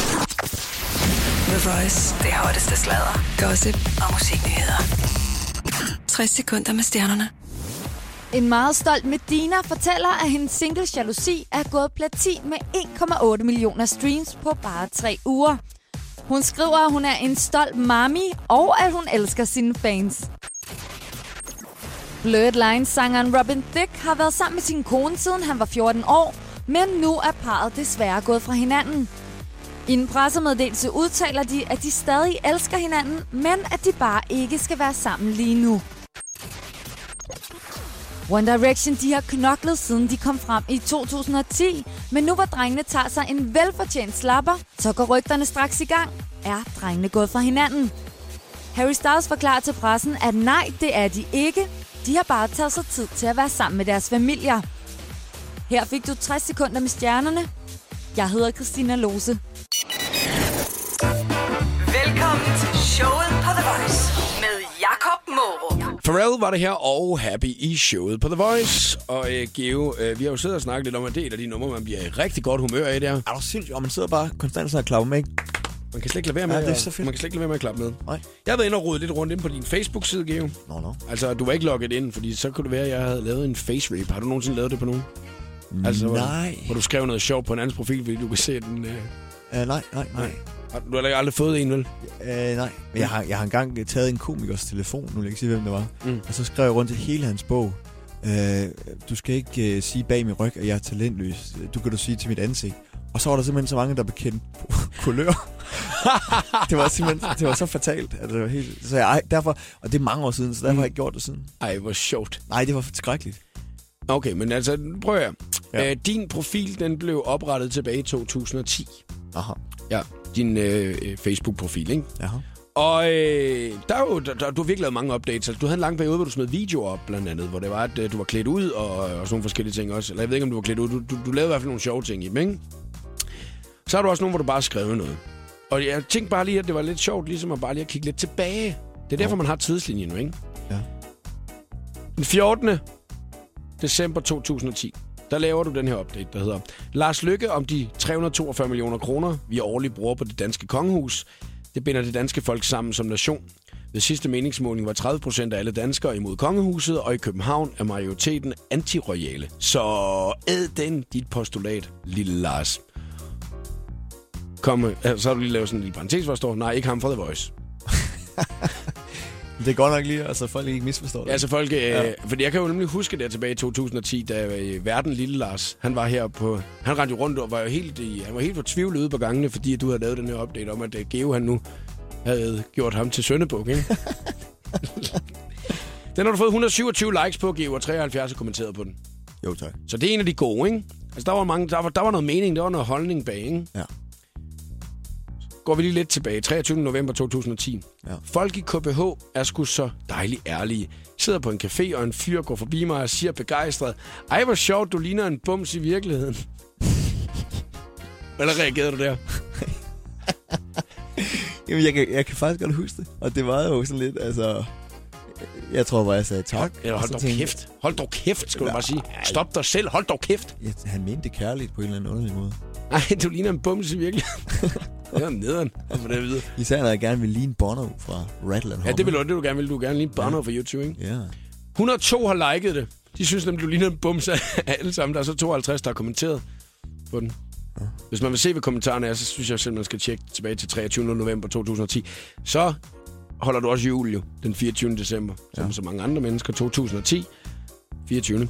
The Voice. Det hotteste sladder, gossip og musiknyheder. tres sekunder med stjernerne. En meget stolt Medina fortæller, at hendes single Jalousi er gået platin med en komma otte millioner streams på bare tre uger. Hun skriver, at hun er en stolt mami, og at hun elsker sine fans. Blurred Lines-sangeren Robin Thicke har været sammen med sin kone siden han var fjorten år, men nu er parret desværre gået fra hinanden. I en pressemeddelelse udtaler de, at de stadig elsker hinanden, men at de bare ikke skal være sammen lige nu. One Direction de har knoklet siden de kom frem i to tusind og ti, men nu hvor drengene tager sig en velfortjent slapper, så går rygterne straks i gang. Er drengene gået fra hinanden? Harry Styles forklarer til pressen, at nej, det er de ikke. De har bare taget sig tid til at være sammen med deres familier. Her fik du tres sekunder med stjernerne. Jeg hedder Christina Lose. Velkommen til showet på The Voice med Jakob Mårup. Pharrell var det her, og Happy i showet på The Voice. Og øh, Geo, øh, vi har jo siddet og snakket lidt om, at det er et af de numre, man bliver i rigtig godt humør af der. Er du sindssygt? Og man sidder bare konstant sådan og klapper med, ikke? Man kan slet ikke lade være med, Ja, det er at- så fedt. man kan slet ikke lade være med at klappe med. Nej. Jeg har været inde og rode lidt rundt ind på din Facebook-side, Geo. Nå, nå. Altså, du var ikke logget ind, fordi så kunne det være, at jeg havde lavet en face rape. Har du nogensinde lavet det på nogen? Altså, hvor, Nej. hvor du skrev noget sjovt på en andens profil, fordi du kan se den... Øh... Uh, nej, nej, nej. Har- Du har da aldrig fået en, vel? Uh, nej. Men jeg har, jeg har engang taget en komikers telefon, nu vil jeg ikke sige, hvem det var. Mm. Og så skrev jeg rundt til hele hans bog. øh, du skal ikke øh, sige bag min ryg, at jeg er talentløs. Du kan du sige til mit ansigt. Og så var der simpelthen så mange, der bekendte kulør. det var simpelthen det var så fatalt, at det var helt... Så jeg, derfor, og det er mange år siden, så derfor mm. har jeg ikke gjort det siden. Ej, hvor sjovt. Nej, det var skrækkeligt. Okay, men altså, prøv at ja. Æ, din profil, den blev oprettet tilbage i to tusind og ti. Aha. Ja, din øh, Facebook-profil, ikke? Aha. Og øh, der er jo, der, der, du har virkelig lavet mange updates. Altså, du havde en lang periode, hvor du smed videoer op, blandt andet, hvor det var, at øh, du var klædt ud, og, og sådan nogle forskellige ting også. Eller jeg ved ikke, om du var klædt ud. Du, du, du lavede i hvert fald nogle sjove ting i dem, ikke? Så har du også nogle, hvor du bare skrev noget. Og jeg tænkte bare lige, at det var lidt sjovt, ligesom at bare lige at kigge lidt tilbage. Det er derfor, man har tidslinjen nu, ikke? Ja. Den fjortende december to tusind og ti, der laver du den her update, der hedder Lars Løkke om de tre hundrede og toogfyrre millioner kroner, vi årligt bruger på det danske kongehus. Det binder det danske folk sammen som nation. Ved sidste meningsmåling var tredive procent af alle danskere imod kongehuset, og i København er majoriteten antiroyale. Så æd den dit postulat, lille Lars. Kom, så har du lige lavet sådan en lille parentes, hvor der står, nej, ikke ham fra The Voice. Det er godt nok lige, altså folk ikke misforstår det. Ja, altså folk, ja. øh, fordi jeg kan jo nemlig huske der tilbage i to tusind og ti, da øh, verden lille Lars, han var her på, han rendte rundt og var jo helt, i, han var helt fortvivlet ude på gangene, fordi du havde lavet den her update om, at uh, Geo han nu havde gjort ham til søndebuk, ikke? Den har du fået et hundrede og syvogtyve likes på, Geo, og treoghalvfjerds kommenteret på den. Jo, tak. Så det er en af de gode, ikke? Altså der var mange, der var, der var noget mening, der var noget holdning bag, ikke? Ja. Går vi lige lidt tilbage. treogtyvende november to tusind og ti. Ja. Folk i K B H er sgu så dejligt ærlige. Sidder på en café, og en fyr går forbi mig og siger begejstret, ej, hvor sjovt, du ligner en bums i virkeligheden. Hvordan reagerede du der? Jamen, jeg kan, jeg kan faktisk godt huske det. Og det var jo sådan lidt, altså... Jeg tror bare, jeg sagde tak. Eller hold dog tænkte, kæft. Hold dog kæft, skal ja, du bare sige. Stop dig selv, hold dog kæft. Ja, han mente det kærligt på en eller anden underlig måde. Ej, du ligner en bums i virkeligheden. Det er nederen. Det især når jeg gerne vil ligne Bono fra Rattle and Ja, det vil du, det du gerne vil. Du gerne ligne Bono ja. Fra YouTube, ikke? Ja. et hundrede og to har liket det. De synes nemlig, du ligner en bums af alle sammen. Der er så tooghalvtreds, der har kommenteret på den. Ja. Hvis man vil se, hvad kommentarerne er, så synes jeg selv, man skal tjekke tilbage til treogtyvende november to tusind og ti. Så holder du også jul jo, den fireogtyvende december. Som ja. Så mange andre mennesker, to tusind og ti. fireogtyvende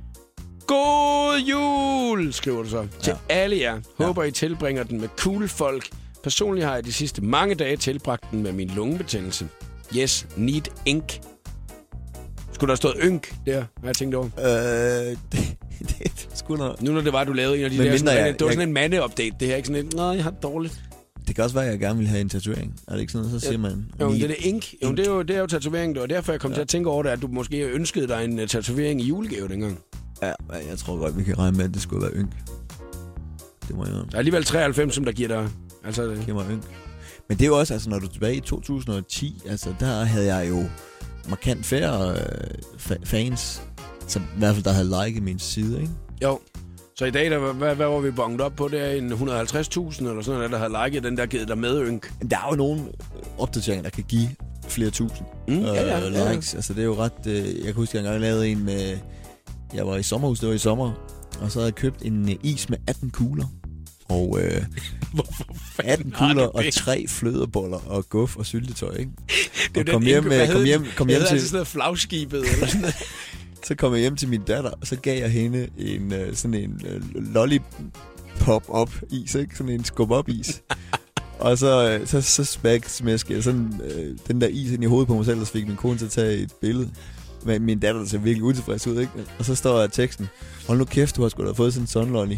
God jul, skriver du så. Ja. Til alle jer. Håber, ja. I tilbringer den med cool folk. Personligt har jeg de sidste mange dage tilbragt den med min lungebetændelse. Yes, need ink. Skulle der have stået ynk der, hvad jeg tænkte over? Øh, det, det skulle noget. Nu når det var, du lavede en af de men der... Sådan, jeg, det var jeg, sådan en mande-update. Det her ikke sådan et, nej, jeg har det dårligt. Det kan også være, at jeg gerne vil have en tatovering. Er det ikke sådan noget, så siger man... Jo, det er det ink. Jo, det er jo, det er jo tatovering, og derfor jeg kom ja. Til at tænke over det, at du måske ønskede dig en uh, tatovering i julegave dengang. Ja, jeg tror godt, vi kan regne med, at det skulle være ynk. Det må jeg gøre. Der er alligevel treoghalvfems, som der giver dig... Altså, det giver mig ynk. Men det er jo også, altså når du er tilbage i to tusind og ti, altså der havde jeg jo markant færre øh, fa- fans, som i hvert fald der havde liket min side, ikke? Jo. Så i dag, der, hvad, hvad var vi bonget op på? Det er en et hundrede og halvtreds tusind eller sådan noget, der havde liket den der givet dig med ynk. Der er jo nogle opdateringer, der kan give flere tusind mm, øh, ja, ja, ja. likes. Altså det er jo ret... Øh, jeg kan huske, at jeg engang lavede en med... Jeg var i sommerhus, det var i sommer, og så havde jeg købt en øh, is med atten kugler. Og øh, atten kugler og tre flødeboller og guf og syltetøj, ikke? Det og kom hjem, med, kom hjem, kom hjem til... Det sådan noget flagskibet eller sådan noget. Så kom jeg hjem til min datter, og så gav jeg hende en øh, sådan en øh, lollipop-up-is, ikke? Sådan en skub-up-is. Og så, øh, så, så smæskede jeg sådan øh, den der is ind i hovedet på mig selv, og så fik min kone til at tage et billede. Men min datter, der ser virkelig utilfreds ud, ikke? Og så står der teksten, hold nu kæft, du har sgu da fået sådan en sunlolly.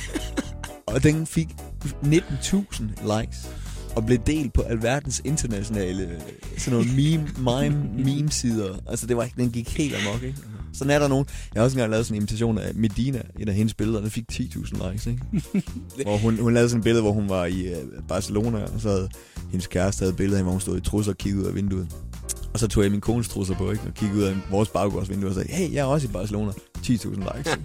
Og den fik nitten tusind likes. Og blev delt på alverdens internationale sådan nogle meme, mime, meme-sider. Altså, det var ikke, den gik helt amok, ikke? Sådan er der nogen. Jeg har også engang lavet sådan en imitation af Medina, et af hendes billeder, der fik ti tusind likes, ikke? Hvor hun, hun lavede sådan et billede, hvor hun var i Barcelona, og så havde hendes kæreste havde et billede af, hvor hun stod i trusser og kiggede ud af vinduet. Og så tog jeg min kones trusser på, ikke? Og kiggede ud af vores baggårdsvindue og sagde, hey, jeg er også i Barcelona. ti tusind likes.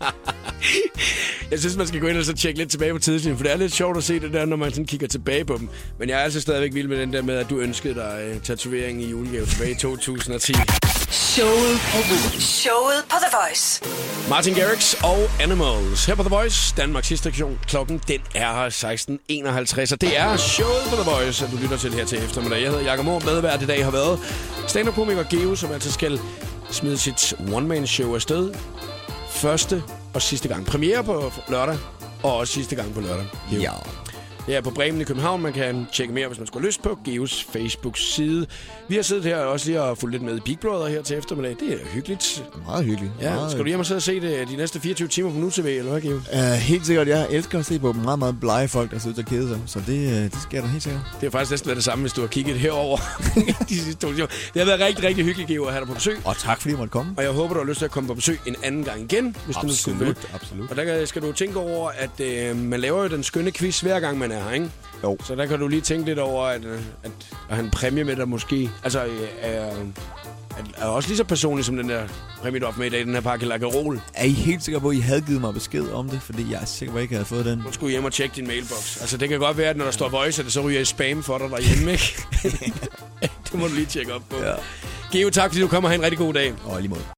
Jeg synes, man skal gå ind og så tjekke lidt tilbage på tidslinjen, for det er lidt sjovt at se det der, når man sådan kigger tilbage på dem. Men jeg er altså stadigvæk vild med den der med, at du ønskede dig uh, tatovering i julegave tilbage i to tusind og ti. Showet på, Showet på The Voice. Martin Garrix og Animals. Her på The Voice, Danmarks sidste sektion. Klokken, den er seksten enoghalvtreds, og det er Showet på The Voice, at du lytter til her til eftermiddag. Jeg hedder Jakob Mohr, medvært i dag har været stand-up-komiker Geo, som altså skal smide sit one-man-show afsted. Første og sidste gang. Premiere på lørdag, og også sidste gang på lørdag. Ja. Det er på Bremen i København. Man kan tjekke mere, hvis man skulle have lyst på Geos Facebook-side. Vi har siddet her også lige og fulgt lidt med i Big Brother her til eftermiddag. Det er hyggeligt. Meget hyggeligt. Ja, meget skal du hjem og sidde og se det de næste fireogtyve timer på Nu-T V, eller hvad, Geo? Uh, helt sikkert. Jeg elsker at se på meget, meget blege folk, der sidder og keder sig. Så det, det sker der helt sikkert. Det er faktisk næsten været det samme, hvis du har kigget herover de sidste to timer. Det har været rigtig, rigtig hyggeligt, Geo, at have dig på besøg. Og tak, fordi jeg måtte komme. Og jeg håber, du har lyst til at komme på besøg en anden gang igen, hvis absolut, du nu skulle med. Absolut. Og der skal du tænke over, at øh, man laver jo den skønne quiz hver gang, man er her, ikke? Jo. Så der kan du lige tænke lidt over, at, at, at have en præmie med, der måske altså, er, er også lige så personlig som den der præmie, du har med i dag, den her pakke Lakkerol. Er I helt sikre på, at I havde givet mig besked om det? Fordi jeg er sikker på, at jeg ikke havde fået den. Nu skulle hjem og tjekke din mailbox. Altså, det kan godt være, at når der står voice, at det så ryger i spam for dig derhjemme, ikke? Det må du lige tjekke op på. Ja. Geo, tak fordi du kommer og have en rigtig god dag. Og lige måde.